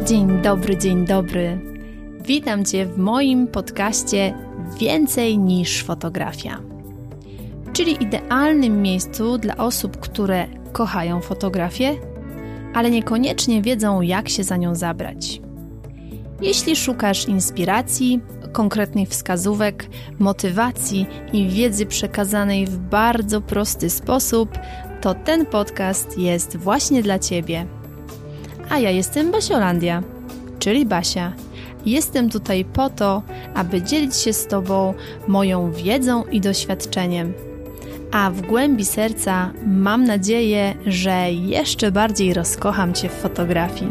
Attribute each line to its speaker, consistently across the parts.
Speaker 1: Dzień dobry. Witam Cię w moim podcaście Więcej niż fotografia, czyli idealnym miejscu dla osób, które kochają fotografię, ale niekoniecznie wiedzą, jak się za nią zabrać. Jeśli szukasz inspiracji, konkretnych wskazówek, motywacji i wiedzy przekazanej w bardzo prosty sposób, to ten podcast jest właśnie dla Ciebie. A ja jestem Basiolandia, czyli Basia. Jestem tutaj po to, aby dzielić się z Tobą moją wiedzą i doświadczeniem. A w głębi serca mam nadzieję, że jeszcze bardziej rozkocham Cię w fotografii.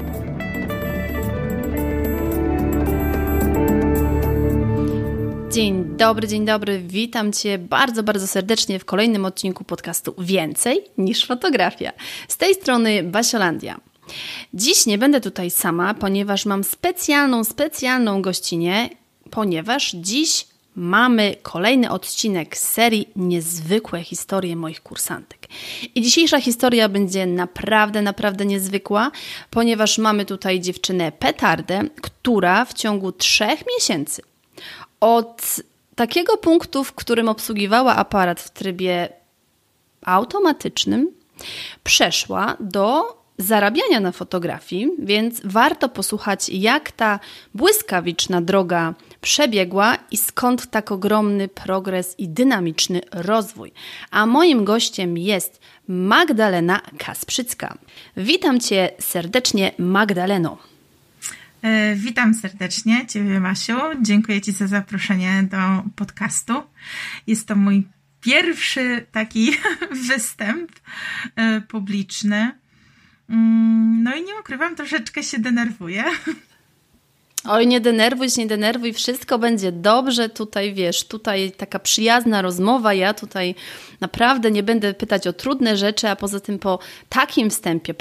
Speaker 1: Dzień dobry, witam Cię bardzo serdecznie w kolejnym odcinku podcastu Więcej niż fotografia. Z tej strony Basiolandia. Dziś nie będę tutaj sama, ponieważ mam specjalną gościnę, ponieważ dziś mamy kolejny odcinek z serii Niezwykłe historie moich kursantek. I dzisiejsza historia będzie naprawdę niezwykła, ponieważ mamy tutaj dziewczynę petardę, która w ciągu 3 miesięcy od takiego punktu, w którym obsługiwała aparat w trybie automatycznym, przeszła do zarabiania na fotografii, więc warto posłuchać, jak ta błyskawiczna droga przebiegła i skąd tak ogromny progres i dynamiczny rozwój. A moim gościem jest Magdalena Kasprzycka. Witam Cię serdecznie, Magdaleno.
Speaker 2: Witam serdecznie Ciebie, Masiu. Dziękuję Ci za zaproszenie do podcastu. Jest to mój pierwszy taki występ publiczny. No i nie ukrywam, troszeczkę się denerwuję.
Speaker 1: Oj, nie denerwuj, wszystko będzie dobrze. Tutaj wiesz, tutaj taka przyjazna rozmowa. Ja tutaj naprawdę nie będę pytać o trudne rzeczy, a poza tym po takim wstępie,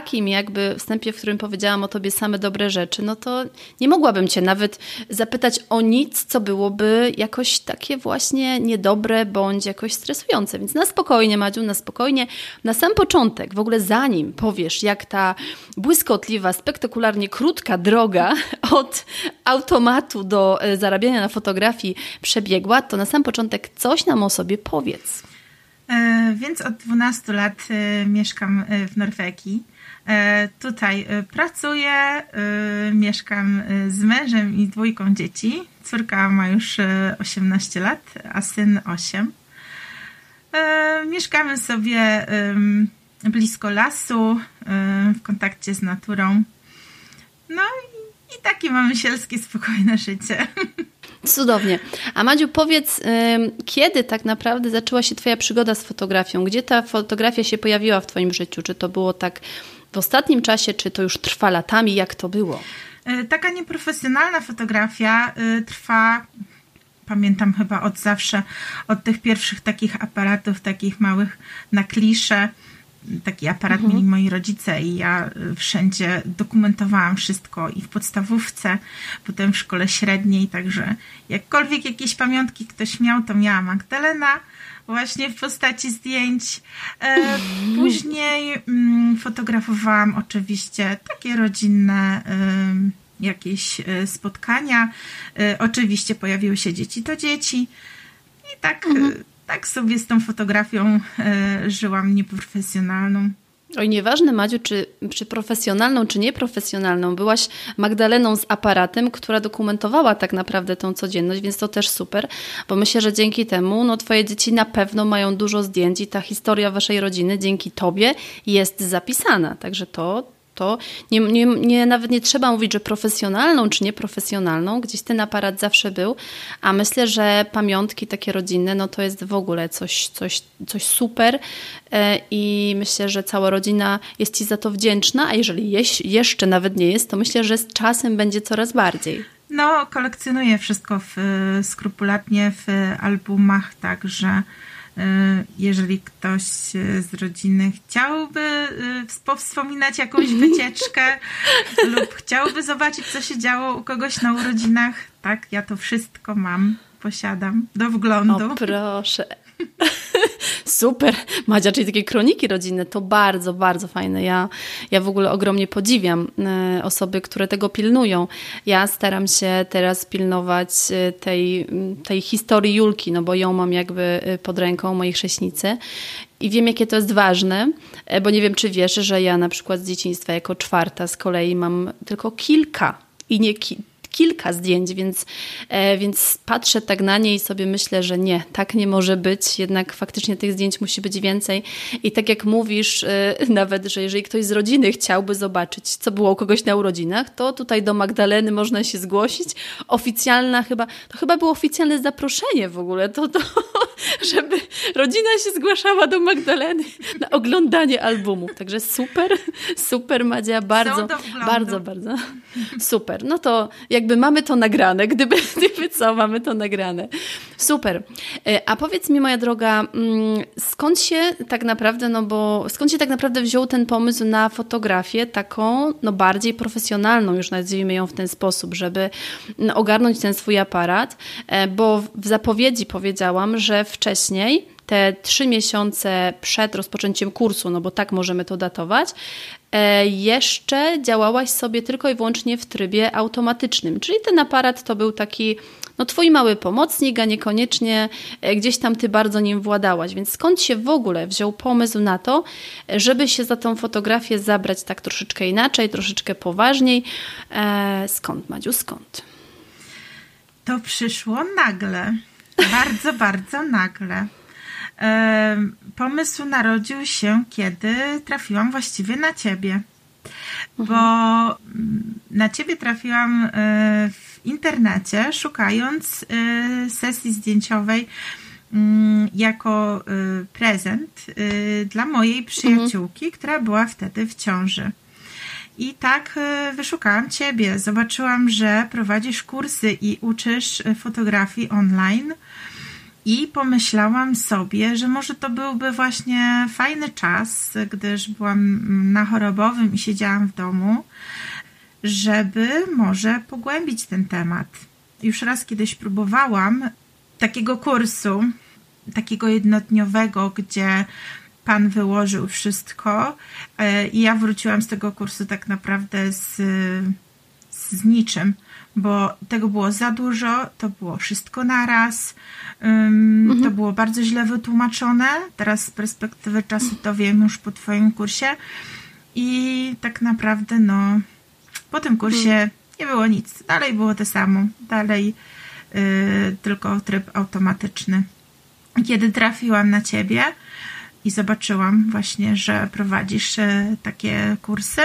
Speaker 1: w którym powiedziałam o Tobie same dobre rzeczy, no to nie mogłabym Cię nawet zapytać o nic, co byłoby jakoś takie właśnie niedobre bądź jakoś stresujące. Więc na spokojnie, Madziu, na spokojnie. Na sam początek, w ogóle zanim powiesz, jak ta błyskotliwa, spektakularnie krótka droga od automatu do zarabiania na fotografii przebiegła, to na sam początek coś nam o sobie powiedz.
Speaker 2: Więc od 12 lat mieszkam w Norwegii. Tutaj pracuję, mieszkam z mężem i 2 dzieci. Córka ma już 18 lat, a syn 8. Mieszkamy sobie blisko lasu, w kontakcie z naturą. No i takie mamy sielskie, spokojne życie.
Speaker 1: Cudownie. A Madziu, powiedz, kiedy tak naprawdę zaczęła się Twoja przygoda z fotografią? Gdzie ta fotografia się pojawiła w Twoim życiu? Czy to było tak w ostatnim czasie, czy to już trwa latami? Jak to było?
Speaker 2: Taka nieprofesjonalna fotografia trwa, pamiętam chyba od zawsze, od tych pierwszych takich aparatów, takich małych na klisze. Taki aparat mieli moi rodzice i ja wszędzie dokumentowałam wszystko i w podstawówce, potem w szkole średniej, także jakkolwiek jakieś pamiątki ktoś miał, to miała Magdalena właśnie w postaci zdjęć. Później fotografowałam oczywiście takie rodzinne jakieś spotkania. Oczywiście pojawiły się dzieci to dzieci i tak sobie z tą fotografią żyłam nieprofesjonalną.
Speaker 1: Oj, nieważne, Madziu, czy profesjonalną, czy nieprofesjonalną. Byłaś Magdaleną z aparatem, która dokumentowała tak naprawdę tą codzienność, więc to też super, bo myślę, że dzięki temu Twoje dzieci na pewno mają dużo zdjęć i ta historia Waszej rodziny dzięki Tobie jest zapisana. Także to nawet nie trzeba mówić, że profesjonalną czy nieprofesjonalną, gdzieś ten aparat zawsze był, a myślę, że pamiątki takie rodzinne, to jest w ogóle coś super i myślę, że cała rodzina jest Ci za to wdzięczna, a jeżeli jeszcze nawet nie jest, to myślę, że z czasem będzie coraz bardziej.
Speaker 2: Kolekcjonuję wszystko skrupulatnie w albumach, także jeżeli ktoś z rodziny chciałby powspominać jakąś wycieczkę lub chciałby zobaczyć, co się działo u kogoś na urodzinach, tak, ja to wszystko mam, posiadam do wglądu.
Speaker 1: O proszę. Super, Madzia, czyli takie kroniki rodzinne, to bardzo, bardzo fajne. Ja w ogóle ogromnie podziwiam osoby, które tego pilnują. Ja staram się teraz pilnować tej historii Julki, no bo ją mam jakby pod ręką, mojej chrześnicy. I wiem, jakie to jest ważne, bo nie wiem, czy wiesz, że ja na przykład z dzieciństwa jako czwarta z kolei mam tylko kilka i nie kilka zdjęć, więc patrzę tak na nie i sobie myślę, że nie, tak nie może być, jednak faktycznie tych zdjęć musi być więcej. I tak jak mówisz, nawet, że jeżeli ktoś z rodziny chciałby zobaczyć, co było u kogoś na urodzinach, to tutaj do Magdaleny można się zgłosić. To chyba było oficjalne zaproszenie w ogóle, to żeby rodzina się zgłaszała do Magdaleny na oglądanie albumów. Także super Madzia, bardzo super. No to jakby mamy to nagrane, gdyby co, mamy to nagrane. Super. A powiedz mi, moja droga, skąd się tak naprawdę wziął ten pomysł na fotografię taką, bardziej profesjonalną, już nazwijmy ją w ten sposób, żeby ogarnąć ten swój aparat, bo w zapowiedzi powiedziałam, że wcześniej, te 3 miesiące przed rozpoczęciem kursu, no bo tak możemy to datować, jeszcze działałaś sobie tylko i wyłącznie w trybie automatycznym. Czyli ten aparat to był taki twój mały pomocnik, a niekoniecznie gdzieś tam ty bardzo nim władałaś. Więc skąd się w ogóle wziął pomysł na to, żeby się za tą fotografię zabrać tak troszeczkę inaczej, troszeczkę poważniej? Skąd, Madziu, skąd?
Speaker 2: To przyszło nagle. Bardzo, bardzo nagle. Pomysł narodził się, kiedy trafiłam właściwie na ciebie. Bo na ciebie trafiłam w internecie, szukając sesji zdjęciowej jako prezent dla mojej przyjaciółki, która była wtedy w ciąży. I tak wyszukałam ciebie. Zobaczyłam, że prowadzisz kursy i uczysz fotografii online. I pomyślałam sobie, że może to byłby właśnie fajny czas, gdyż byłam na chorobowym i siedziałam w domu, żeby może pogłębić ten temat. Już raz kiedyś próbowałam takiego kursu, takiego jednodniowego, gdzie Pan wyłożył wszystko i ja wróciłam z tego kursu tak naprawdę z niczym, bo tego było za dużo, to było wszystko naraz, to było bardzo źle wytłumaczone. Teraz z perspektywy czasu to wiem już po twoim kursie i tak naprawdę po tym kursie nie było nic. Dalej było to samo. Dalej tylko tryb automatyczny. Kiedy trafiłam na ciebie i zobaczyłam właśnie, że prowadzisz takie kursy,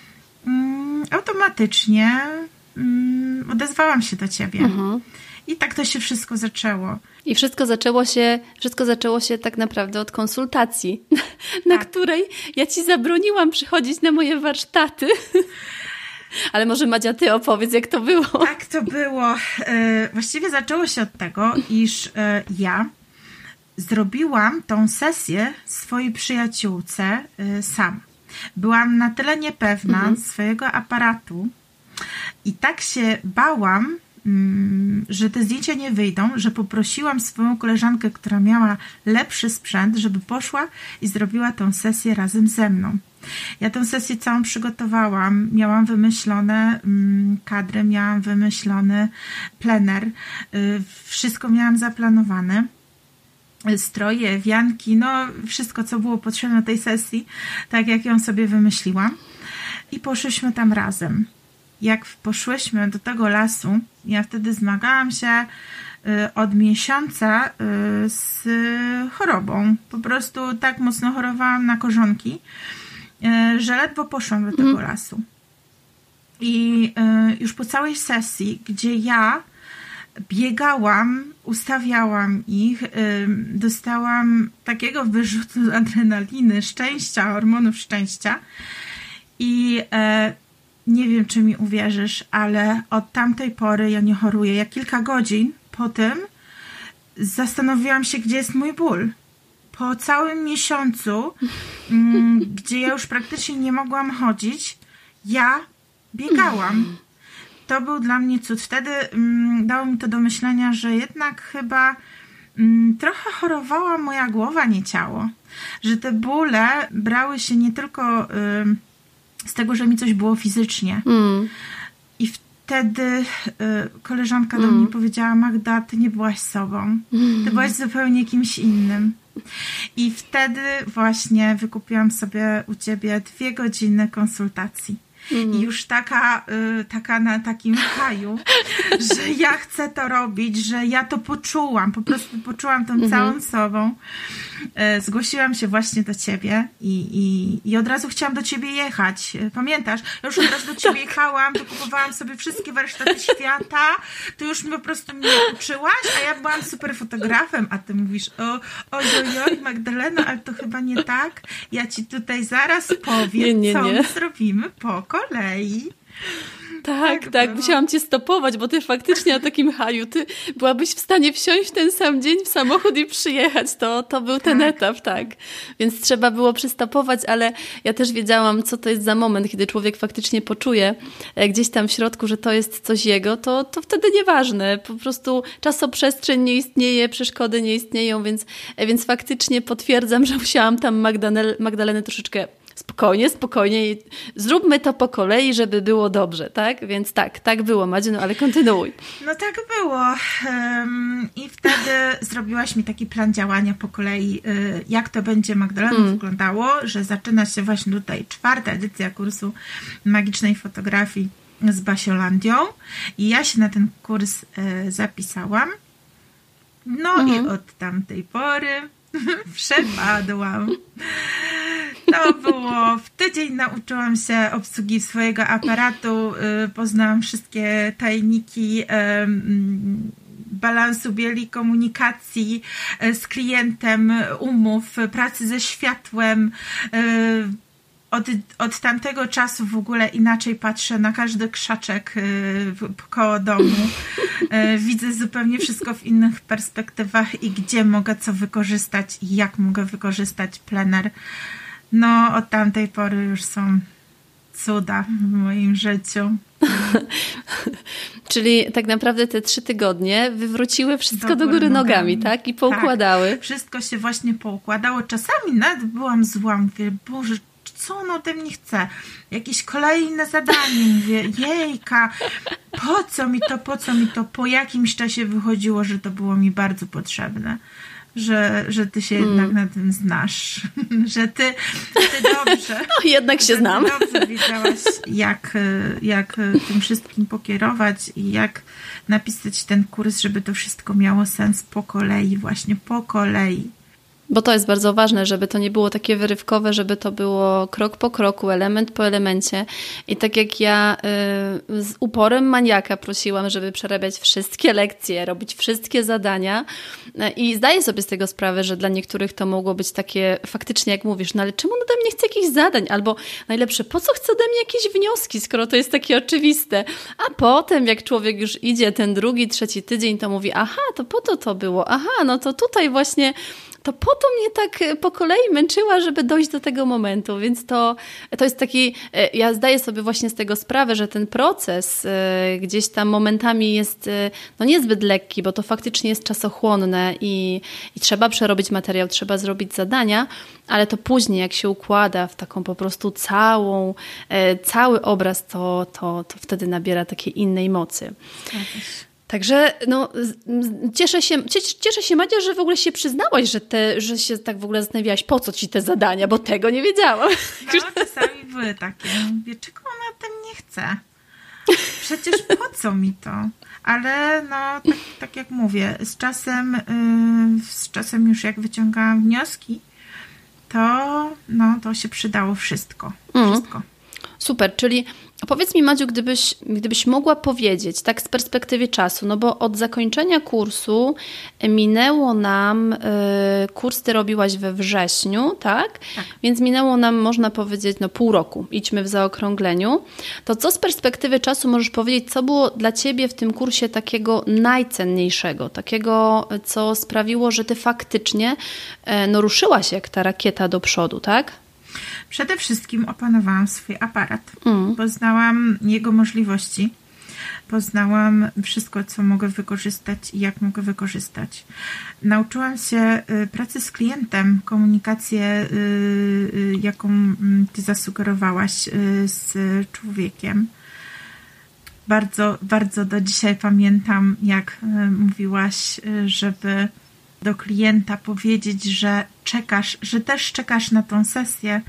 Speaker 2: automatycznie odezwałam się do ciebie. I tak to się wszystko zaczęło.
Speaker 1: I wszystko zaczęło się tak naprawdę od konsultacji, na której ja ci zabroniłam przychodzić na moje warsztaty. Ale może, Madzia, ty opowiedz, jak to było.
Speaker 2: Tak to było. Właściwie zaczęło się od tego, iż ja zrobiłam tą sesję swojej przyjaciółce sama. Byłam na tyle niepewna swojego aparatu i tak się bałam, że te zdjęcia nie wyjdą, że poprosiłam swoją koleżankę, która miała lepszy sprzęt, żeby poszła i zrobiła tą sesję razem ze mną. Ja tę sesję całą przygotowałam, miałam wymyślone kadry, miałam wymyślony plener, wszystko miałam zaplanowane, stroje, wianki, wszystko, co było potrzebne do tej sesji, tak jak ją sobie wymyśliłam. I poszłyśmy tam razem. Jak poszłyśmy do tego lasu, ja wtedy zmagałam się od miesiąca z chorobą. Po prostu tak mocno chorowałam na korzonki, że ledwo poszłam do tego lasu. I już po całej sesji, gdzie ja biegałam, ustawiałam ich, dostałam takiego wyrzutu adrenaliny, szczęścia, hormonów szczęścia i nie wiem, czy mi uwierzysz, ale od tamtej pory ja nie choruję. Ja kilka godzin po tym zastanowiłam się, gdzie jest mój ból. Po całym miesiącu, gdzie ja już praktycznie nie mogłam chodzić, ja biegałam. To był dla mnie cud. Wtedy dało mi to do myślenia, że jednak chyba trochę chorowała moja głowa, nie ciało. Że te bóle brały się nie tylko z tego, że mi coś było fizycznie. I wtedy koleżanka do mnie powiedziała: Magda, ty nie byłaś sobą. Ty byłaś zupełnie kimś innym. I wtedy właśnie wykupiłam sobie u ciebie 2 godziny konsultacji. I już taka na takim haju, że ja chcę to robić, że ja to poczułam, po prostu poczułam tą całą sobą. Zgłosiłam się właśnie do ciebie i od razu chciałam do ciebie jechać. Pamiętasz? Ja już od razu do ciebie jechałam, wykupowałam sobie wszystkie warsztaty świata, ty już po prostu mnie uczyłaś, a ja byłam super fotografem, a ty mówisz: ojojoj, Magdalena, ale to chyba nie tak. Ja ci tutaj zaraz powiem, co my zrobimy po kolei.
Speaker 1: Tak, musiałam cię stopować, bo ty faktycznie na takim haju, ty byłabyś w stanie wsiąść w ten sam dzień w samochód i przyjechać. To był ten etap, tak. Więc trzeba było przystopować, ale ja też wiedziałam, co to jest za moment, kiedy człowiek faktycznie poczuje gdzieś tam w środku, że to jest coś jego, to wtedy nieważne. Po prostu czasoprzestrzeń nie istnieje, przeszkody nie istnieją, więc faktycznie potwierdzam, że musiałam tam Magdalenę troszeczkę spokojnie, zróbmy to po kolei, żeby było dobrze, tak? Więc tak było, Madziu, no ale kontynuuj.
Speaker 2: No tak było. I wtedy zrobiłaś mi taki plan działania po kolei, jak to będzie, Magdalena, wyglądało, że zaczyna się właśnie tutaj 4. edycja kursu magicznej fotografii z Basiolandią i ja się na ten kurs zapisałam. No i od tamtej pory przepadłam. To było w tydzień, nauczyłam się obsługi swojego aparatu, poznałam wszystkie tajniki balansu bieli, komunikacji z klientem, umów, pracy ze światłem. Od tamtego czasu w ogóle inaczej patrzę na każdy krzaczek koło domu. Widzę zupełnie wszystko w innych perspektywach i gdzie mogę co wykorzystać i jak mogę wykorzystać plener. No, od tamtej pory już są cuda w moim życiu.
Speaker 1: Czyli tak naprawdę te 3 tygodnie wywróciły wszystko do góry nogami, tak? I poukładały.
Speaker 2: Tak, wszystko się właśnie poukładało. Czasami nawet byłam zła. Mówię: Boże, co on ode mnie chce? Jakieś kolejne zadanie. Mówię: jejka, po co mi to? Po jakimś czasie wychodziło, że to było mi bardzo potrzebne. Że ty się jednak na tym znasz. Że ty dobrze.
Speaker 1: No, jednak się znam.
Speaker 2: Ty dobrze wiedziałaś, jak tym wszystkim pokierować i jak napisać ten kurs, żeby to wszystko miało sens po kolei, właśnie po kolei.
Speaker 1: Bo to jest bardzo ważne, żeby to nie było takie wyrywkowe, żeby to było krok po kroku, element po elemencie. I tak jak ja z uporem maniaka prosiłam, żeby przerabiać wszystkie lekcje, robić wszystkie zadania i zdaję sobie z tego sprawę, że dla niektórych to mogło być takie faktycznie, jak mówisz, no ale czemu on ode mnie chce jakichś zadań? Albo najlepsze, po co chce ode mnie jakieś wnioski, skoro to jest takie oczywiste? A potem, jak człowiek już idzie ten 2., 3 tydzień, to mówi: aha, to po to było, aha, no to tutaj właśnie to po to mnie tak po kolei męczyła, żeby dojść do tego momentu, więc to jest taki, ja zdaję sobie właśnie z tego sprawę, że ten proces gdzieś tam momentami jest no niezbyt lekki, bo to faktycznie jest czasochłonne i trzeba przerobić materiał, trzeba zrobić zadania, ale to później jak się układa w taką po prostu cały obraz, to wtedy nabiera takiej innej mocy. Także no, cieszę się, Madzia, że w ogóle się przyznałaś, że się tak w ogóle zastanawiałaś, po co ci te zadania, bo tego nie wiedziałam.
Speaker 2: No, czasami były takie. Mówię: czego ona tym nie chce? Przecież po co mi to? Ale no, tak jak mówię, z czasem już jak wyciągałam wnioski, to się przydało wszystko. Wszystko.
Speaker 1: Super, czyli powiedz mi, Madziu, gdybyś mogła powiedzieć, tak z perspektywy czasu, no bo od zakończenia kursu minęło nam, kurs ty robiłaś we wrześniu, tak? Więc minęło nam, można powiedzieć, pół roku, idźmy w zaokrągleniu. To co z perspektywy czasu możesz powiedzieć, co było dla ciebie w tym kursie takiego najcenniejszego, takiego, co sprawiło, że ty faktycznie ruszyłaś jak ta rakieta do przodu, tak?
Speaker 2: Przede wszystkim opanowałam swój aparat. Poznałam jego możliwości. Poznałam wszystko, co mogę wykorzystać i jak mogę wykorzystać. Nauczyłam się pracy z klientem, komunikację, jaką ty zasugerowałaś z człowiekiem. Bardzo, bardzo do dzisiaj pamiętam, jak mówiłaś, żeby do klienta powiedzieć, że czekasz, że też czekasz na tą sesję,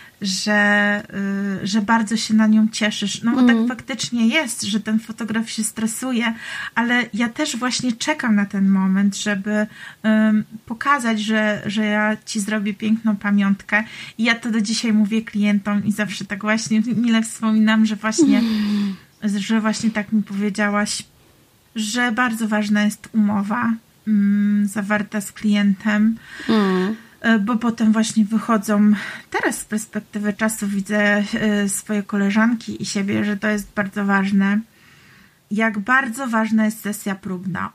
Speaker 2: że bardzo się na nią cieszysz. No bo tak faktycznie jest, że ten fotograf się stresuje, ale ja też właśnie czekam na ten moment, żeby pokazać, że ja ci zrobię piękną pamiątkę. I ja to do dzisiaj mówię klientom i zawsze tak właśnie mile wspominam, że właśnie tak mi powiedziałaś, że bardzo ważna jest umowa zawarta z klientem, bo potem właśnie wychodzą, teraz z perspektywy czasu widzę swoje koleżanki i siebie, że to jest bardzo ważne. Jak bardzo ważna jest sesja próbna.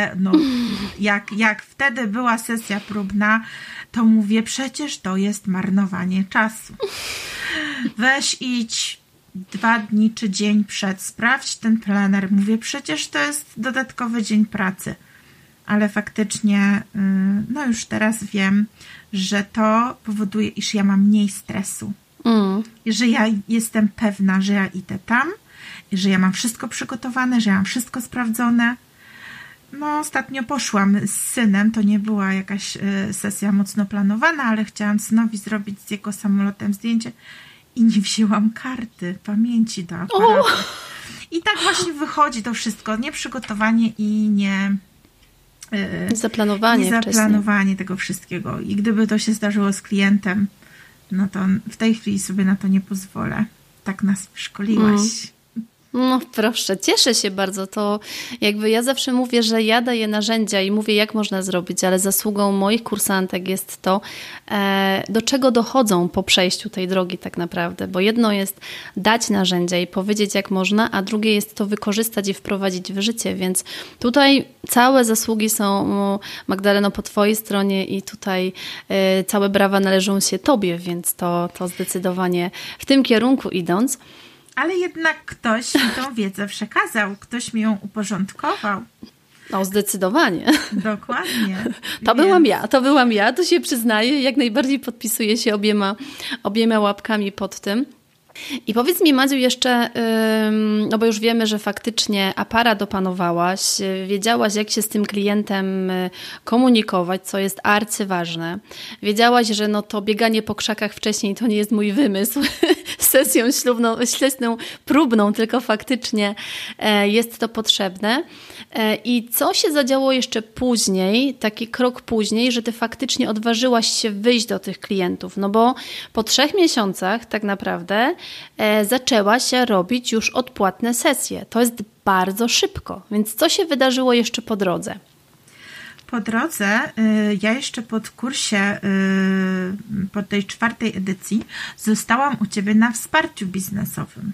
Speaker 2: Jak wtedy była sesja próbna, to mówię, przecież to jest marnowanie czasu. Weź idź 2 dni czy dzień przed, sprawdź ten plener. Mówię, przecież to jest dodatkowy dzień pracy. Ale faktycznie, no już teraz wiem, że to powoduje, iż ja mam mniej stresu. Że ja jestem pewna, że ja idę tam, że ja mam wszystko przygotowane, że ja mam wszystko sprawdzone. No, ostatnio poszłam z synem, to nie była jakaś sesja mocno planowana, ale chciałam synowi zrobić z jego samolotem zdjęcie i nie wzięłam karty pamięci do aparatu. I tak właśnie wychodzi to wszystko, nieprzygotowanie i zaplanowanie tego wszystkiego. I gdyby to się zdarzyło z klientem, no to w tej chwili sobie na to nie pozwolę. Tak nas szkoliłaś.
Speaker 1: No proszę, cieszę się bardzo. To jakby ja zawsze mówię, że ja daję narzędzia i mówię, jak można zrobić, ale zasługą moich kursantek jest to, do czego dochodzą po przejściu tej drogi tak naprawdę. Bo jedno jest dać narzędzia i powiedzieć, jak można, a drugie jest to wykorzystać i wprowadzić w życie. Więc tutaj całe zasługi są, Magdaleno, po twojej stronie i tutaj całe brawa należą się tobie, więc to zdecydowanie w tym kierunku idąc.
Speaker 2: Ale jednak ktoś mi tą wiedzę przekazał, ktoś mi ją uporządkował.
Speaker 1: No, zdecydowanie.
Speaker 2: Dokładnie.
Speaker 1: To byłam ja, to się przyznaję, jak najbardziej podpisuję się obiema łapkami pod tym. I powiedz mi, Madziu, jeszcze, no bo już wiemy, że faktycznie aparat opanowałaś, wiedziałaś, jak się z tym klientem komunikować, co jest arcyważne. Wiedziałaś, że no to bieganie po krzakach wcześniej to nie jest mój wymysł sesją ślesną, próbną, tylko faktycznie jest to potrzebne. I co się zadziało jeszcze później, taki krok później, że ty faktycznie odważyłaś się wyjść do tych klientów, no bo po 3 miesiącach tak naprawdę zaczęłaś robić już odpłatne sesje. To jest bardzo szybko, więc co się wydarzyło jeszcze po drodze?
Speaker 2: Po drodze, ja jeszcze po kursie, po tej 4. edycji, zostałam u ciebie na wsparciu biznesowym.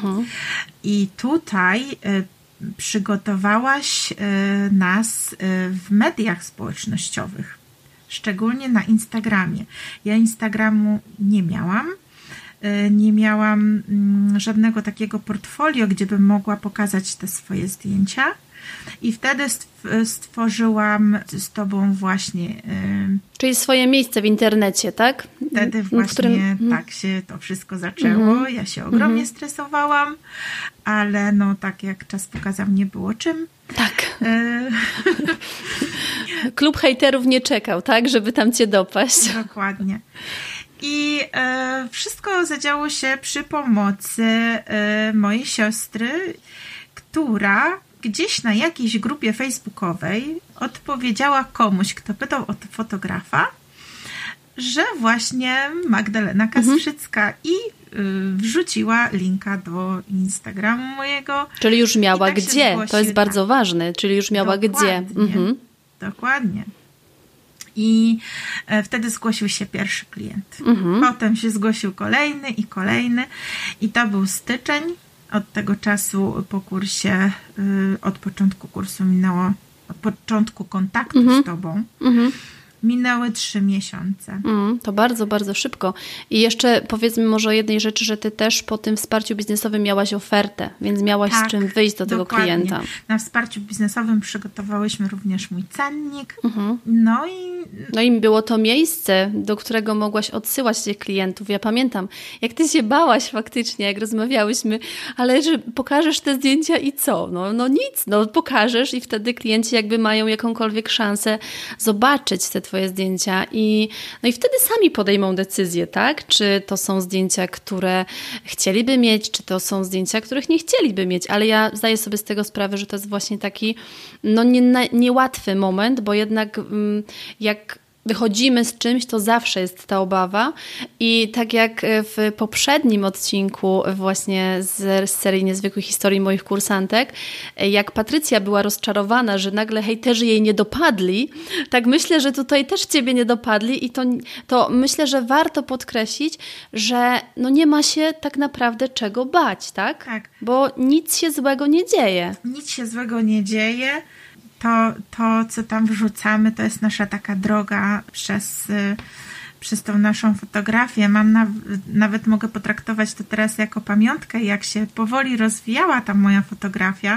Speaker 2: I tutaj przygotowałaś nas w mediach społecznościowych, szczególnie na Instagramie. Ja Instagramu nie miałam. Nie miałam żadnego takiego portfolio, gdzie bym mogła pokazać te swoje zdjęcia. I wtedy stworzyłam z tobą właśnie...
Speaker 1: Czyli swoje miejsce w internecie, tak?
Speaker 2: Wtedy właśnie tak się to wszystko zaczęło. Ja się ogromnie stresowałam, ale no tak jak czas pokazał, nie było czym.
Speaker 1: Tak. Klub hejterów nie czekał, tak? Żeby tam cię dopaść.
Speaker 2: Dokładnie. I wszystko zadziało się przy pomocy mojej siostry, która gdzieś na jakiejś grupie facebookowej odpowiedziała komuś, kto pytał o fotografa, że właśnie Magdalena Kasprzycka i wrzuciła linka do Instagramu mojego.
Speaker 1: Czyli już miała
Speaker 2: tak
Speaker 1: gdzie, to jest bardzo ważne, czyli już miała gdzie.
Speaker 2: Dokładnie. I wtedy zgłosił się pierwszy klient. Potem się zgłosił kolejny i to był styczeń. Od tego czasu po kursie, od początku kursu minęło, od początku kontaktu z tobą minęły 3 miesiące.
Speaker 1: To bardzo, bardzo szybko. I jeszcze powiedzmy może o jednej rzeczy, że ty też po tym wsparciu biznesowym miałaś ofertę, więc miałaś z czym wyjść do tego klienta.
Speaker 2: Na wsparciu biznesowym przygotowałyśmy również mój cennik.
Speaker 1: No i było to miejsce, do którego mogłaś odsyłać tych klientów. Ja pamiętam, jak ty się bałaś faktycznie, jak rozmawiałyśmy, ale że pokażesz te zdjęcia i co? No nic, pokażesz i wtedy klienci jakby mają jakąkolwiek szansę zobaczyć te twoje zdjęcia i wtedy sami podejmą decyzję, tak? Czy to są zdjęcia, które chcieliby mieć, czy to są zdjęcia, których nie chcieliby mieć, ale ja zdaję sobie z tego sprawę, że to jest właśnie taki niełatwy moment, bo jednak jak wychodzimy z czymś, to zawsze jest ta obawa i tak jak w poprzednim odcinku właśnie z serii Niezwykłych Historii moich kursantek, jak Patrycja była rozczarowana, że nagle hejterzy jej nie dopadli, tak myślę, że tutaj też ciebie nie dopadli i to myślę, że warto podkreślić, że nie ma się tak naprawdę czego bać, tak? Tak. Bo nic się złego nie dzieje.
Speaker 2: Nic się złego nie dzieje. To, co tam wrzucamy, to jest nasza taka droga przez tą naszą fotografię. Nawet mogę potraktować to teraz jako pamiątkę, jak się powoli rozwijała ta moja fotografia.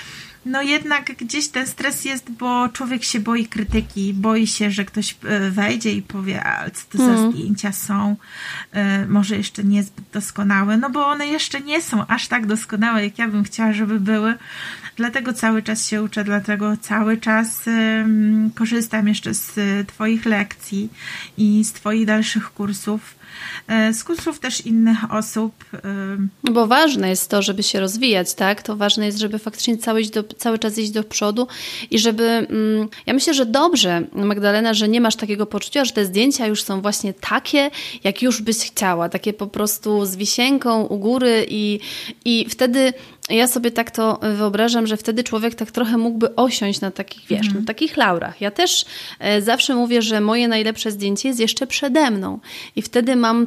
Speaker 2: Jednak gdzieś ten stres jest, bo człowiek się boi krytyki, boi się, że ktoś wejdzie i powie, a co to za zdjęcia są, może jeszcze niezbyt doskonałe, bo one jeszcze nie są aż tak doskonałe, jak ja bym chciała, żeby były. Dlatego cały czas się uczę, dlatego cały czas korzystam jeszcze z twoich lekcji i z twoich dalszych kursów. Z kursów też innych osób.
Speaker 1: Bo ważne jest to, żeby się rozwijać, tak? To ważne jest, żeby faktycznie cały czas iść do przodu i żeby... Ja myślę, że dobrze, Magdalena, że nie masz takiego poczucia, że te zdjęcia już są właśnie takie, jak już byś chciała. Takie po prostu z wisienką u góry i wtedy... Ja sobie tak to wyobrażam, że wtedy człowiek tak trochę mógłby osiąść na takich, na takich laurach. Ja też zawsze mówię, że moje najlepsze zdjęcie jest jeszcze przede mną i wtedy mam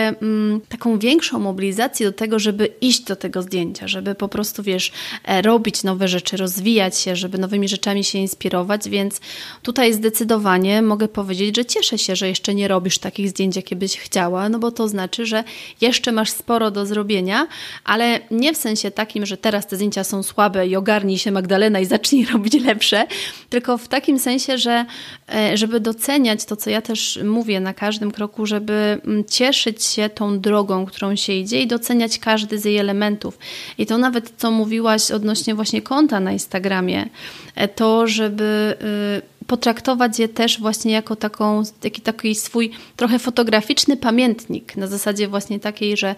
Speaker 1: taką większą mobilizację do tego, żeby iść do tego zdjęcia, żeby po prostu, robić nowe rzeczy, rozwijać się, żeby nowymi rzeczami się inspirować, więc tutaj zdecydowanie mogę powiedzieć, że cieszę się, że jeszcze nie robisz takich zdjęć, jakie byś chciała, bo to znaczy, że jeszcze masz sporo do zrobienia, ale nie w sensie takim, że teraz te zdjęcia są słabe i ogarnij się, Magdalena, i zacznij robić lepsze, tylko w takim sensie, że żeby doceniać to, co ja też mówię na każdym kroku, żeby cieszyć się tą drogą, którą się idzie i doceniać każdy z jej elementów. I to nawet, co mówiłaś odnośnie właśnie konta na Instagramie, to, żeby potraktować je też właśnie jako taki swój trochę fotograficzny pamiętnik, na zasadzie właśnie takiej, że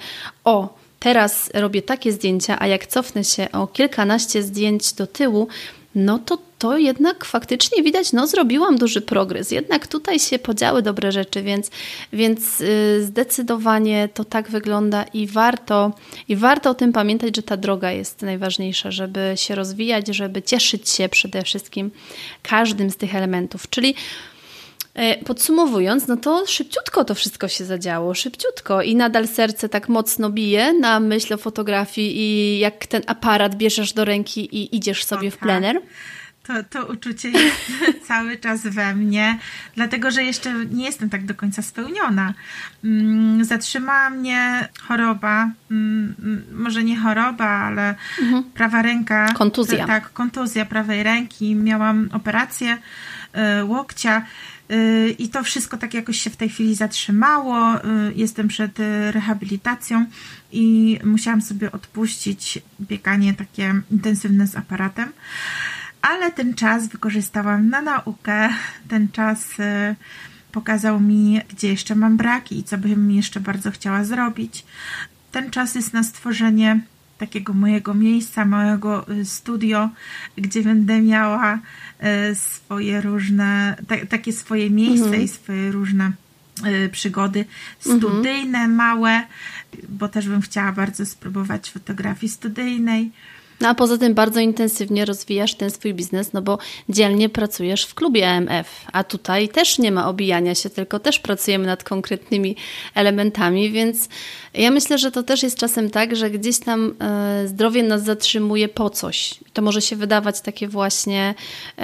Speaker 1: teraz robię takie zdjęcia, a jak cofnę się o kilkanaście zdjęć do tyłu, to jednak faktycznie widać, zrobiłam duży progres. Jednak tutaj się podziały dobre rzeczy, więc zdecydowanie to tak wygląda i warto o tym pamiętać, że ta droga jest najważniejsza, żeby się rozwijać, żeby cieszyć się przede wszystkim każdym z tych elementów. Czyli podsumowując, to szybciutko to wszystko się zadziało, szybciutko i nadal serce tak mocno bije na myśl o fotografii i jak ten aparat bierzesz do ręki i idziesz sobie w plener.
Speaker 2: To uczucie jest cały czas we mnie, dlatego że jeszcze nie jestem tak do końca spełniona. Zatrzymała mnie choroba, może nie choroba, ale prawa ręka.
Speaker 1: Kontuzja.
Speaker 2: Tak, kontuzja prawej ręki. Miałam operację łokcia i to wszystko tak jakoś się w tej chwili zatrzymało. Jestem przed rehabilitacją i musiałam sobie odpuścić bieganie takie intensywne z aparatem. Ale ten czas wykorzystałam na naukę, ten czas pokazał mi, gdzie jeszcze mam braki i co bym jeszcze bardzo chciała zrobić. Ten czas jest na stworzenie takiego mojego miejsca, małego studio, gdzie będę miała swoje różne, takie swoje miejsce i swoje różne przygody studyjne, małe, bo też bym chciała bardzo spróbować fotografii studyjnej.
Speaker 1: No a poza tym bardzo intensywnie rozwijasz ten swój biznes, no bo dzielnie pracujesz w klubie AMF, a tutaj też nie ma obijania się, tylko też pracujemy nad konkretnymi elementami, więc ja myślę, że to też jest czasem tak, że gdzieś tam zdrowie nas zatrzymuje po coś. To może się wydawać takie właśnie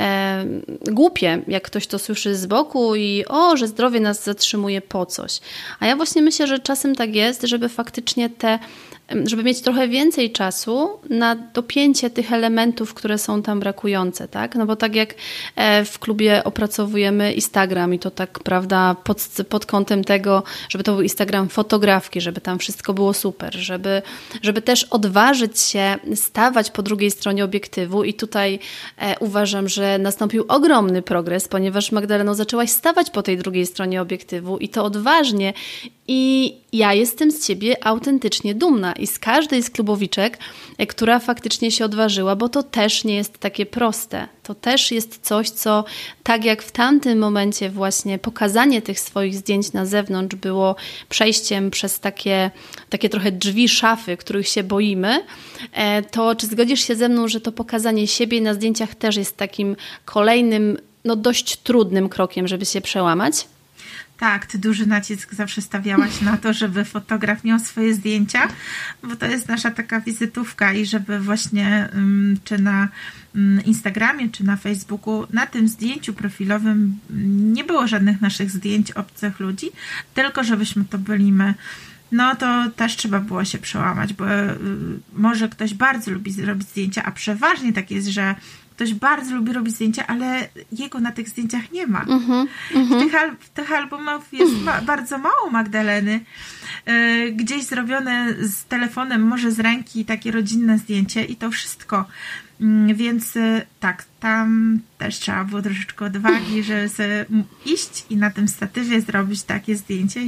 Speaker 1: głupie, jak ktoś to słyszy z boku i że zdrowie nas zatrzymuje po coś. A ja właśnie myślę, że czasem tak jest, żeby faktycznie żeby mieć trochę więcej czasu na dopięcie tych elementów, które są tam brakujące, tak? No bo tak jak w klubie opracowujemy Instagram i to tak, prawda, pod kątem tego, żeby to był Instagram fotografki, żeby tam wszystko było super, żeby też odważyć się stawać po drugiej stronie obiektywu i tutaj uważam, że nastąpił ogromny progres, ponieważ Magdaleno zaczęłaś stawać po tej drugiej stronie obiektywu i to odważnie i ja jestem z ciebie autentycznie dumna i z każdej z klubowiczek, która faktycznie się odważyła, bo to też nie jest takie proste. To też jest coś, co tak jak w tamtym momencie właśnie pokazanie tych swoich zdjęć na zewnątrz było przejściem przez takie trochę drzwi, szafy, których się boimy, to czy zgodzisz się ze mną, że to pokazanie siebie na zdjęciach też jest takim kolejnym, dość trudnym krokiem, żeby się przełamać?
Speaker 2: Tak, ty duży nacisk zawsze stawiałaś na to, żeby fotograf miał swoje zdjęcia, bo to jest nasza taka wizytówka i żeby właśnie czy na Instagramie, czy na Facebooku, na tym zdjęciu profilowym nie było żadnych naszych zdjęć obcych ludzi, tylko żebyśmy to byli my. No to też trzeba było się przełamać, bo może ktoś bardzo lubi robić zdjęcia, a przeważnie tak jest, że ktoś bardzo lubi robić zdjęcia, ale jego na tych zdjęciach nie ma. Tych albumów jest bardzo mało Magdaleny. Gdzieś zrobione z telefonem, może z ręki, takie rodzinne zdjęcie i to wszystko. Więc tak, tam też trzeba było troszeczkę odwagi, żeby sobie iść i na tym statywie zrobić takie zdjęcie,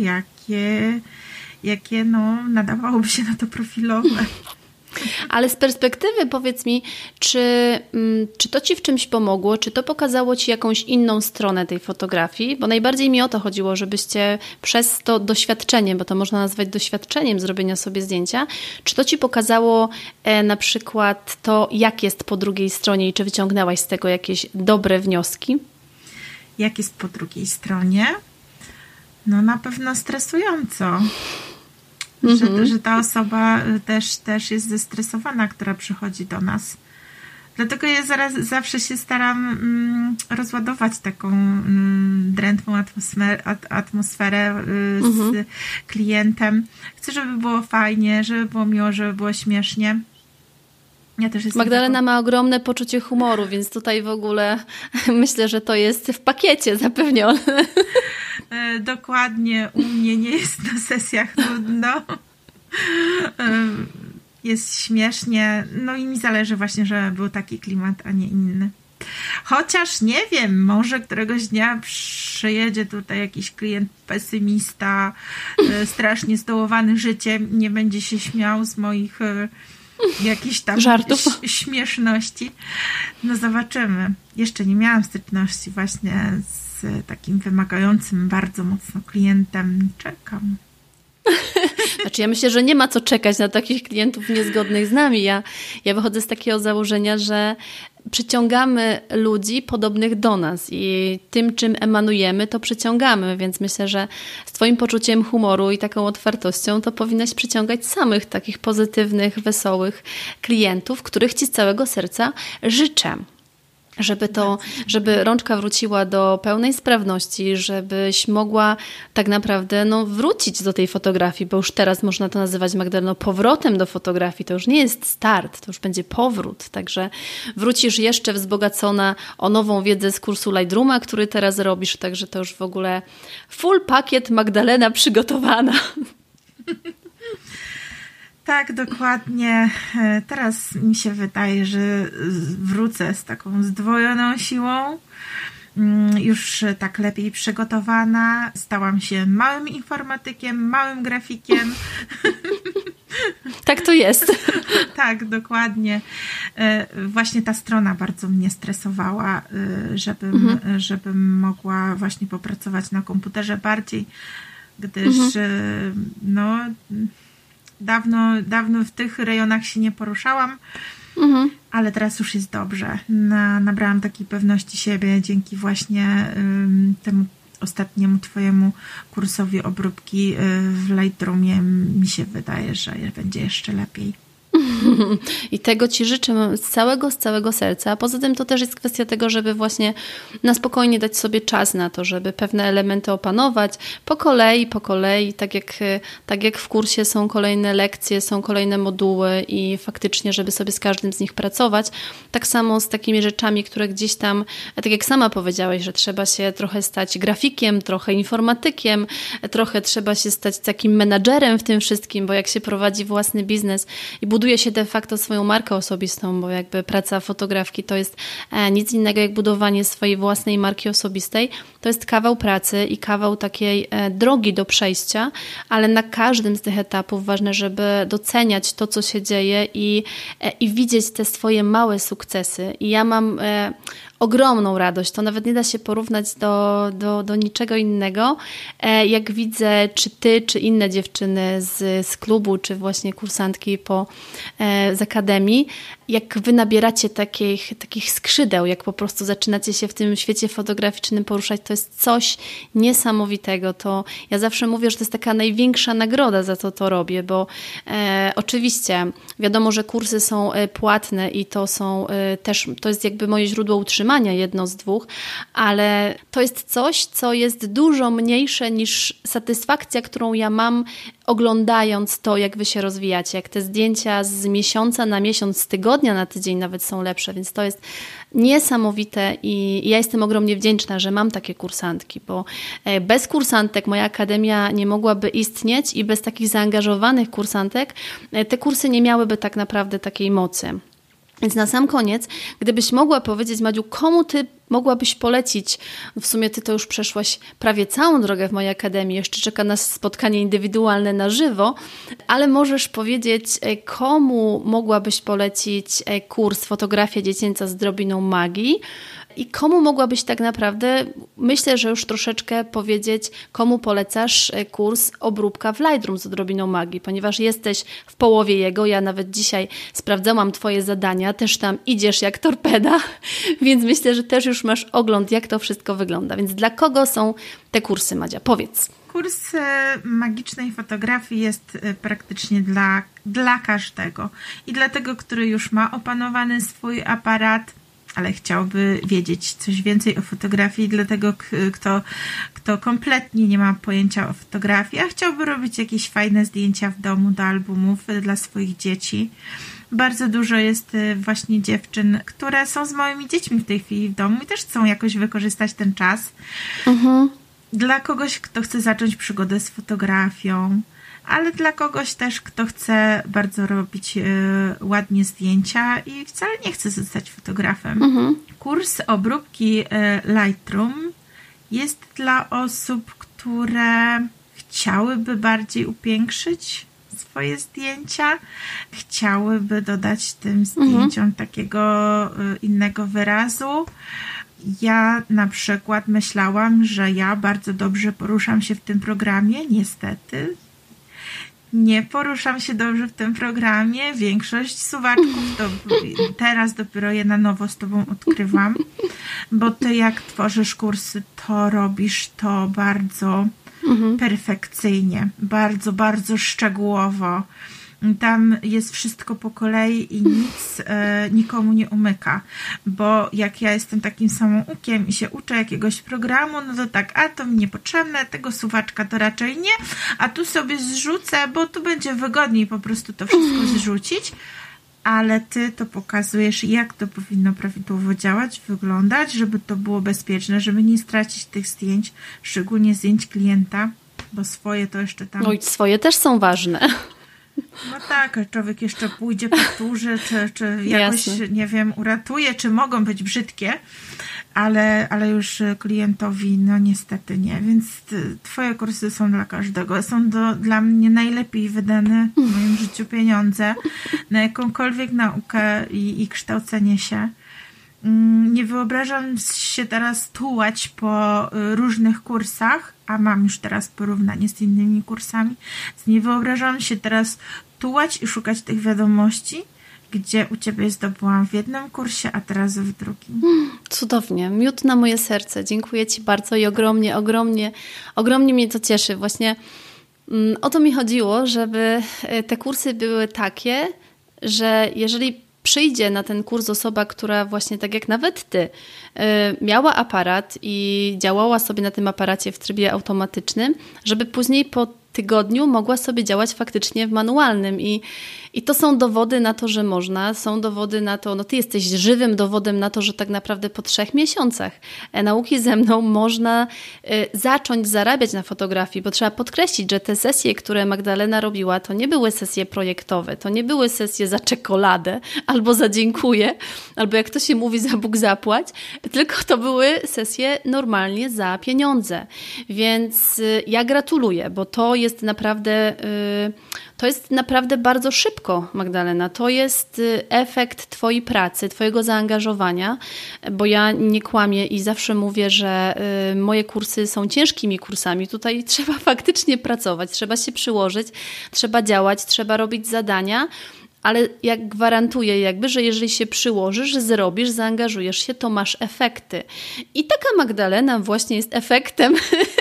Speaker 2: jakie nadawałoby się na to profilowe.
Speaker 1: Ale z perspektywy powiedz mi, czy to ci w czymś pomogło, czy to pokazało ci jakąś inną stronę tej fotografii, bo najbardziej mi o to chodziło, żebyście przez to doświadczenie, bo to można nazwać doświadczeniem zrobienia sobie zdjęcia, czy to ci pokazało na przykład to, jak jest po drugiej stronie i czy wyciągnęłaś z tego jakieś dobre wnioski?
Speaker 2: Jak jest po drugiej stronie? No na pewno stresująco. Że ta osoba też jest zestresowana, która przychodzi do nas. Dlatego ja zawsze się staram rozładować taką drętną atmosferę z klientem. Chcę, żeby było fajnie, żeby było miło, żeby było śmiesznie. Ja też
Speaker 1: Magdalena ma ogromne poczucie humoru, więc tutaj w ogóle myślę, że to jest w pakiecie zapewnione.
Speaker 2: Dokładnie, u mnie nie jest na sesjach nudno. Jest śmiesznie, no i mi zależy właśnie, żeby był taki klimat, a nie inny. Chociaż nie wiem, może któregoś dnia przyjedzie tutaj jakiś klient pesymista, strasznie zdołowany życiem, nie będzie się śmiał z moich jakichś tam
Speaker 1: żartów,
Speaker 2: śmieszności. No zobaczymy. Jeszcze nie miałam styczności właśnie z takim wymagającym bardzo mocno klientem. Czekam.
Speaker 1: Znaczy ja myślę, że nie ma co czekać na takich klientów niezgodnych z nami. Ja wychodzę z takiego założenia, że przyciągamy ludzi podobnych do nas i tym, czym emanujemy, to przyciągamy, więc myślę, że z twoim poczuciem humoru i taką otwartością to powinnaś przyciągać samych takich pozytywnych, wesołych klientów, których ci z całego serca życzę. Żeby rączka wróciła do pełnej sprawności, żebyś mogła tak naprawdę wrócić do tej fotografii, bo już teraz można to nazywać, Magdaleno, powrotem do fotografii. To już nie jest start, to już będzie powrót. Także wrócisz jeszcze wzbogacona o nową wiedzę z kursu Lightrooma, który teraz robisz, także to już w ogóle full pakiet Magdalena przygotowana.
Speaker 2: Tak, dokładnie. Teraz mi się wydaje, że wrócę z taką zdwojoną siłą, już tak lepiej przygotowana. Stałam się małym informatykiem, małym grafikiem.
Speaker 1: Tak to jest.
Speaker 2: Tak, dokładnie. Właśnie ta strona bardzo mnie stresowała, żebym mogła właśnie popracować na komputerze bardziej, gdyż dawno w tych rejonach się nie poruszałam. Ale teraz już jest dobrze. Nabrałam takiej pewności siebie dzięki właśnie temu ostatniemu twojemu kursowi obróbki w Lightroomie. Mi się wydaje, że będzie jeszcze lepiej.
Speaker 1: I tego Ci życzę z całego serca. A poza tym to też jest kwestia tego, żeby właśnie na spokojnie dać sobie czas na to, żeby pewne elementy opanować po kolei, tak jak w kursie są kolejne lekcje, są kolejne moduły i faktycznie, żeby sobie z każdym z nich pracować. Tak samo z takimi rzeczami, które gdzieś tam, tak jak sama powiedziałeś, że trzeba się trochę stać grafikiem, trochę informatykiem, trochę trzeba się stać takim menadżerem w tym wszystkim, bo jak się prowadzi własny biznes i buduje się de facto swoją markę osobistą, bo jakby praca fotografki to jest nic innego jak budowanie swojej własnej marki osobistej. To jest kawał pracy i kawał takiej drogi do przejścia, ale na każdym z tych etapów ważne, żeby doceniać to, co się dzieje i widzieć te swoje małe sukcesy. I ja mam ogromną radość. To nawet nie da się porównać do niczego innego. Jak widzę, czy ty, czy inne dziewczyny z klubu, czy właśnie kursantki z akademii, jak wy nabieracie takich skrzydeł, jak po prostu zaczynacie się w tym świecie fotograficznym poruszać, to jest coś niesamowitego. To ja zawsze mówię, że to jest taka największa nagroda za to robię, bo oczywiście wiadomo, że kursy są płatne i to jest jakby moje źródło utrzymania, jedno z dwóch, ale to jest coś, co jest dużo mniejsze niż satysfakcja, którą ja mam oglądając to, jak wy się rozwijacie, jak te zdjęcia z miesiąca na miesiąc, z tygodnia na tydzień nawet są lepsze, więc to jest niesamowite i ja jestem ogromnie wdzięczna, że mam takie kursantki, bo bez kursantek moja akademia nie mogłaby istnieć i bez takich zaangażowanych kursantek te kursy nie miałyby tak naprawdę takiej mocy. Więc na sam koniec, gdybyś mogła powiedzieć, Madziu, komu ty mogłabyś polecić, w sumie ty to już przeszłaś prawie całą drogę w mojej akademii, jeszcze czeka nas spotkanie indywidualne na żywo, ale możesz powiedzieć, komu mogłabyś polecić kurs Fotografia dziecięca z odrobiną magii i komu mogłabyś tak naprawdę, myślę, że już troszeczkę powiedzieć, komu polecasz kurs Obróbka w Lightroom z odrobiną magii, ponieważ jesteś w połowie jego, ja nawet dzisiaj sprawdzałam twoje zadania, też tam idziesz jak torpeda, więc myślę, że też już masz ogląd, jak to wszystko wygląda. Więc dla kogo są te kursy, Madzia? Powiedz.
Speaker 2: Kurs magicznej fotografii jest praktycznie dla każdego. I dla tego, który już ma opanowany swój aparat, ale chciałby wiedzieć coś więcej o fotografii, dla tego, kto kompletnie nie ma pojęcia o fotografii, a chciałby robić jakieś fajne zdjęcia w domu do albumów dla swoich dzieci. Bardzo dużo jest właśnie dziewczyn, które są z małymi dziećmi w tej chwili w domu i też chcą jakoś wykorzystać ten czas. Dla kogoś, kto chce zacząć przygodę z fotografią, ale dla kogoś też, kto chce bardzo robić ładnie zdjęcia i wcale nie chce zostać fotografem. Kurs obróbki Lightroom jest dla osób, które chciałyby bardziej upiększyć swoje zdjęcia, chciałyby dodać tym zdjęciom takiego innego wyrazu. Ja na przykład myślałam, że ja bardzo dobrze poruszam się w tym programie. Niestety nie poruszam się dobrze w tym programie. Większość suwaczków to teraz dopiero je na nowo z tobą odkrywam, bo ty jak tworzysz kursy, to robisz to bardzo perfekcyjnie, bardzo, bardzo szczegółowo. Tam jest wszystko po kolei i nic nikomu nie umyka, bo jak ja jestem takim samoukiem i się uczę jakiegoś programu, no to tak, a to mi niepotrzebne, tego suwaczka to raczej nie, a tu sobie zrzucę, bo tu będzie wygodniej po prostu to wszystko zrzucić, ale ty to pokazujesz, jak to powinno prawidłowo działać, wyglądać, żeby to było bezpieczne, żeby nie stracić tych zdjęć, szczególnie zdjęć klienta, bo swoje to jeszcze tam...
Speaker 1: No i swoje też są ważne.
Speaker 2: No tak, człowiek jeszcze pójdzie, powtórzy, czy jakoś, nie wiem, uratuje, czy mogą być brzydkie, ale już klientowi, no niestety nie. Więc twoje kursy są dla każdego. Są dla mnie najlepiej wydane w moim życiu pieniądze na jakąkolwiek naukę i kształcenie się. Nie wyobrażam się teraz tułać po różnych kursach, a mam już teraz porównanie z innymi kursami, więc nie wyobrażam się teraz tułać i szukać tych wiadomości, gdzie u Ciebie zdobyłam w jednym kursie, a teraz w drugim.
Speaker 1: Cudownie. Miód na moje serce. Dziękuję Ci bardzo i ogromnie mnie to cieszy. Właśnie o to mi chodziło, żeby te kursy były takie, że jeżeli przyjdzie na ten kurs osoba, która właśnie tak jak nawet Ty miała aparat i działała sobie na tym aparacie w trybie automatycznym, żeby później po tygodniu mogła sobie działać faktycznie w manualnym i to są dowody na to, że można, są dowody na to, no Ty jesteś żywym dowodem na to, że tak naprawdę po 3 miesiącach nauki ze mną można zacząć zarabiać na fotografii, bo trzeba podkreślić, że te sesje, które Magdalena robiła, to nie były sesje projektowe, to nie były sesje za czekoladę, albo za dziękuję, albo jak to się mówi, za Bóg zapłać, tylko to były sesje normalnie za pieniądze. Więc ja gratuluję, bo to jest naprawdę bardzo szybko, Magdalena. To jest efekt Twojej pracy, Twojego zaangażowania, bo ja nie kłamię i zawsze mówię, że moje kursy są ciężkimi kursami. Tutaj trzeba faktycznie pracować, trzeba się przyłożyć, trzeba działać, trzeba robić zadania, ale jak gwarantuję że jeżeli się przyłożysz, zrobisz, zaangażujesz się, to masz efekty. I taka Magdalena właśnie jest efektem,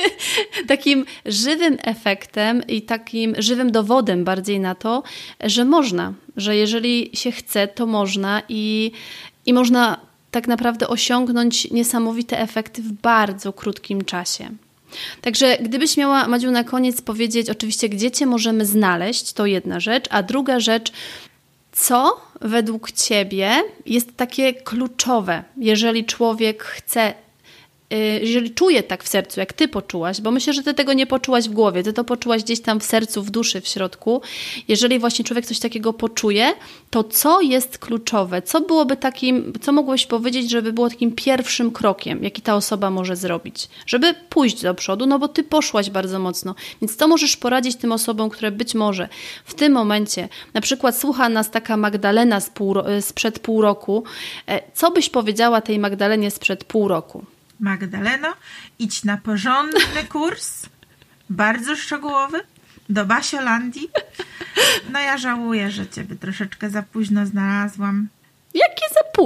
Speaker 1: takim żywym efektem i takim żywym dowodem bardziej na to, że można, że jeżeli się chce, to można i można tak naprawdę osiągnąć niesamowite efekty w bardzo krótkim czasie. Także gdybyś miała, Madziu, na koniec powiedzieć oczywiście, gdzie Cię możemy znaleźć, to jedna rzecz, a druga rzecz, co według Ciebie jest takie kluczowe, jeżeli człowiek chce, jeżeli czuje tak w sercu, jak Ty poczułaś, bo myślę, że Ty tego nie poczułaś w głowie, Ty to poczułaś gdzieś tam w sercu, w duszy, w środku. Jeżeli właśnie człowiek coś takiego poczuje, to co jest kluczowe? Co byłoby takim, co mogłabyś powiedzieć, żeby było takim pierwszym krokiem, jaki ta osoba może zrobić, żeby pójść do przodu, no bo Ty poszłaś bardzo mocno. Więc co możesz poradzić tym osobom, które być może w tym momencie, na przykład słucha nas taka Magdalena sprzed pół roku, co byś powiedziała tej Magdalenie sprzed pół roku?
Speaker 2: Magdaleno, idź na porządny kurs, bardzo szczegółowy, do Basiolandii. No ja żałuję, że Ciebie troszeczkę za późno znalazłam.
Speaker 1: Jakie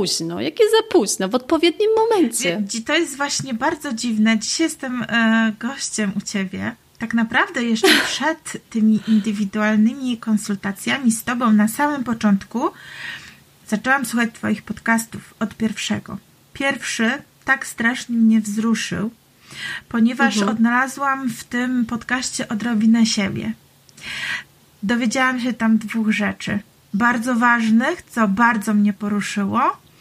Speaker 1: za późno? W odpowiednim momencie.
Speaker 2: To jest właśnie bardzo dziwne. Dzisiaj jestem gościem u Ciebie. Tak naprawdę jeszcze przed tymi indywidualnymi konsultacjami z Tobą na samym początku zaczęłam słuchać Twoich podcastów od pierwszego. Pierwszy tak strasznie mnie wzruszył, ponieważ odnalazłam w tym podcaście odrobinę siebie. Dowiedziałam się tam 2 rzeczy bardzo ważnych, co bardzo mnie poruszyło.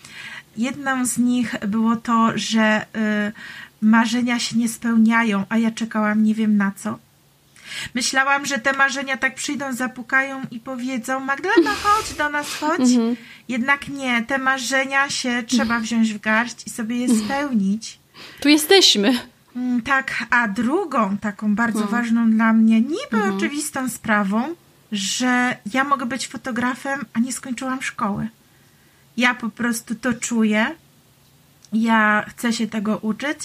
Speaker 2: Jedną z nich było to, że marzenia się nie spełniają, a ja czekałam nie wiem na co. Myślałam, że te marzenia tak przyjdą, zapukają i powiedzą: Magdalena, chodź do nas, chodź. Jednak nie, te marzenia się trzeba wziąć w garść i sobie je spełnić.
Speaker 1: Tu jesteśmy.
Speaker 2: Tak, a drugą taką bardzo ważną dla mnie, niby oczywistą sprawą, że ja mogę być fotografem, a nie skończyłam szkoły. Ja po prostu to czuję. Ja chcę się tego uczyć.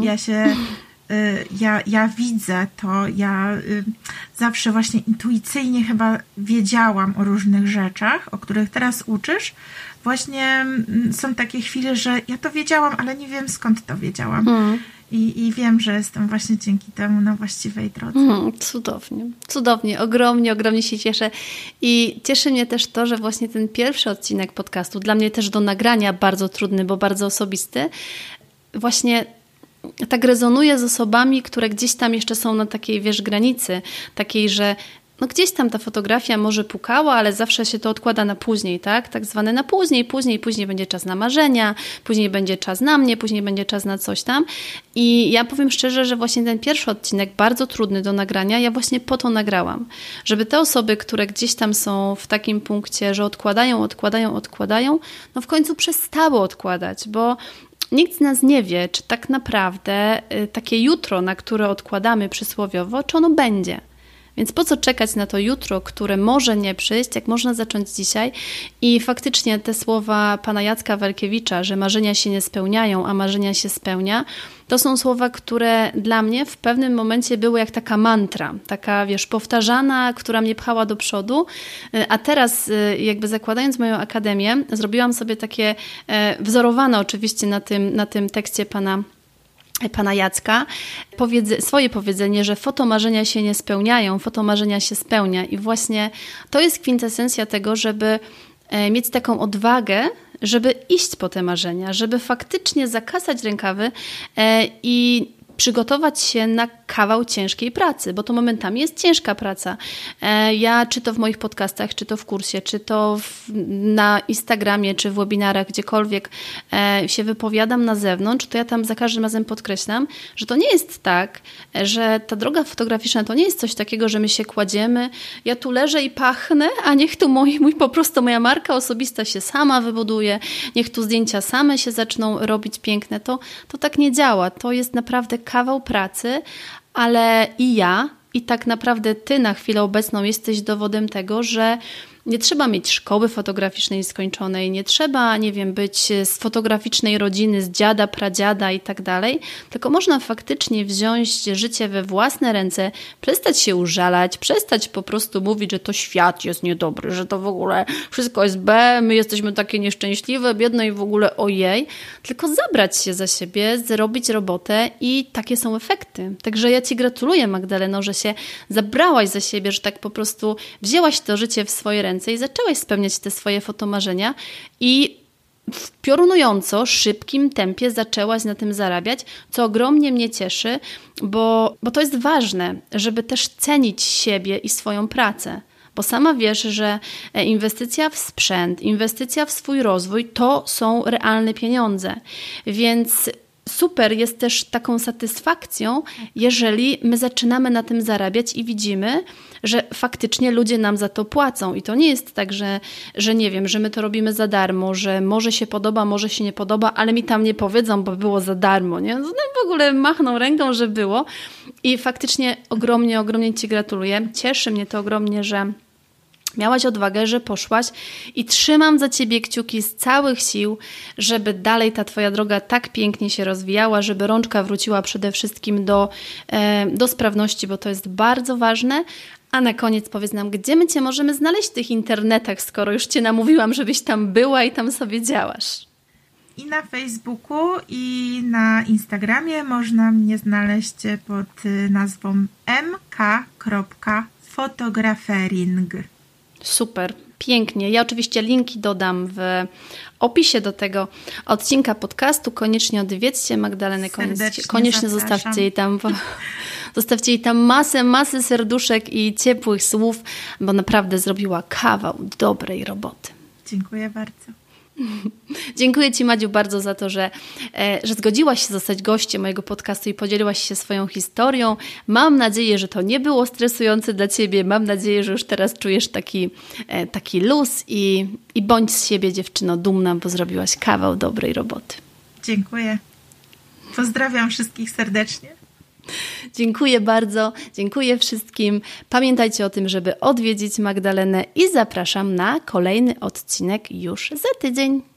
Speaker 2: Ja widzę to, zawsze właśnie intuicyjnie chyba wiedziałam o różnych rzeczach, o których teraz uczysz. Właśnie są takie chwile, że ja to wiedziałam, ale nie wiem skąd to wiedziałam. I wiem, że jestem właśnie dzięki temu na właściwej drodze.
Speaker 1: Cudownie. Ogromnie się cieszę. I cieszy mnie też to, że właśnie ten pierwszy odcinek podcastu, dla mnie też do nagrania bardzo trudny, bo bardzo osobisty, właśnie tak rezonuje z osobami, które gdzieś tam jeszcze są na takiej, granicy, takiej, że no gdzieś tam ta fotografia może pukała, ale zawsze się to odkłada na później, tak? Tak zwane na później będzie czas na marzenia, później będzie czas na mnie, później będzie czas na coś tam. I ja powiem szczerze, że właśnie ten pierwszy odcinek, bardzo trudny do nagrania, ja właśnie po to nagrałam. Żeby te osoby, które gdzieś tam są w takim punkcie, że odkładają, no w końcu przestały odkładać, bo nikt z nas nie wie, czy tak naprawdę takie jutro, na które odkładamy przysłowiowo, czy ono będzie. Więc po co czekać na to jutro, które może nie przyjść, jak można zacząć dzisiaj? I faktycznie te słowa pana Jacka Walkiewicza, że marzenia się nie spełniają, a marzenia się spełnia, to są słowa, które dla mnie w pewnym momencie były jak taka mantra, taka, powtarzana, która mnie pchała do przodu, a teraz jakby zakładając moją akademię, zrobiłam sobie takie wzorowane oczywiście na tym tekście pana Jacka, swoje powiedzenie, że fotomarzenia się nie spełniają, fotomarzenia się spełnia. I właśnie to jest kwintesencja tego, żeby mieć taką odwagę, żeby iść po te marzenia, żeby faktycznie zakasać rękawy i przygotować się na kawał ciężkiej pracy, bo to momentami jest ciężka praca. Ja czy to w moich podcastach, czy to w kursie, czy to na Instagramie, czy w webinarach, gdziekolwiek się wypowiadam na zewnątrz, to ja tam za każdym razem podkreślam, że to nie jest tak, że ta droga fotograficzna to nie jest coś takiego, że my się kładziemy, ja tu leżę i pachnę, a niech tu po prostu moja marka osobista się sama wybuduje, niech tu zdjęcia same się zaczną robić piękne. To tak nie działa. To jest naprawdę kawał pracy, ale i tak naprawdę ty na chwilę obecną jesteś dowodem tego, że nie trzeba mieć szkoły fotograficznej skończonej, nie trzeba, być z fotograficznej rodziny, z dziada, pradziada i tak dalej, tylko można faktycznie wziąć życie we własne ręce, przestać się użalać, przestać po prostu mówić, że to świat jest niedobry, że to w ogóle wszystko jest B, my jesteśmy takie nieszczęśliwe, biedne i w ogóle ojej, tylko zabrać się za siebie, zrobić robotę i takie są efekty. Także ja ci gratuluję, Magdaleno, że się zabrałaś za siebie, że tak po prostu wzięłaś to życie w swoje ręce i zaczęłaś spełniać te swoje fotomarzenia i w piorunująco szybkim tempie zaczęłaś na tym zarabiać, co ogromnie mnie cieszy, bo to jest ważne, żeby też cenić siebie i swoją pracę. Bo sama wiesz, że inwestycja w sprzęt, inwestycja w swój rozwój to są realne pieniądze. Więc super jest też taką satysfakcją, jeżeli my zaczynamy na tym zarabiać i widzimy, że faktycznie ludzie nam za to płacą. I to nie jest tak, że nie wiem, że my to robimy za darmo, że może się podoba, może się nie podoba, ale mi tam nie powiedzą, bo było za darmo. Nie? No w ogóle machną ręką, że było. I faktycznie ogromnie, ogromnie ci gratuluję. Cieszy mnie to ogromnie, że miałaś odwagę, że poszłaś i trzymam za ciebie kciuki z całych sił, żeby dalej ta twoja droga tak pięknie się rozwijała, żeby rączka wróciła przede wszystkim do sprawności, bo to jest bardzo ważne. A na koniec powiedz nam, gdzie my cię możemy znaleźć w tych internetach, skoro już cię namówiłam, żebyś tam była i tam sobie działasz.
Speaker 2: I na Facebooku, i na Instagramie można mnie znaleźć pod nazwą mk.fotografering.
Speaker 1: Super, pięknie. Ja oczywiście linki dodam w opisie do tego odcinka podcastu. Koniecznie odwiedźcie Magdalenę, koniecznie zostawcie jej tam masę serduszek i ciepłych słów, bo naprawdę zrobiła kawał dobrej roboty.
Speaker 2: Dziękuję bardzo.
Speaker 1: Dziękuję ci, Madziu, bardzo za to, że zgodziłaś się zostać gościem mojego podcastu i podzieliłaś się swoją historią. Mam nadzieję, że to nie było stresujące dla ciebie. Mam nadzieję, że już teraz czujesz taki luz i bądź z siebie, dziewczyno, dumna, bo zrobiłaś kawał dobrej roboty.
Speaker 2: Dziękuję. Pozdrawiam wszystkich serdecznie.
Speaker 1: Dziękuję bardzo, dziękuję wszystkim. Pamiętajcie o tym, żeby odwiedzić Magdalenę i zapraszam na kolejny odcinek już za tydzień.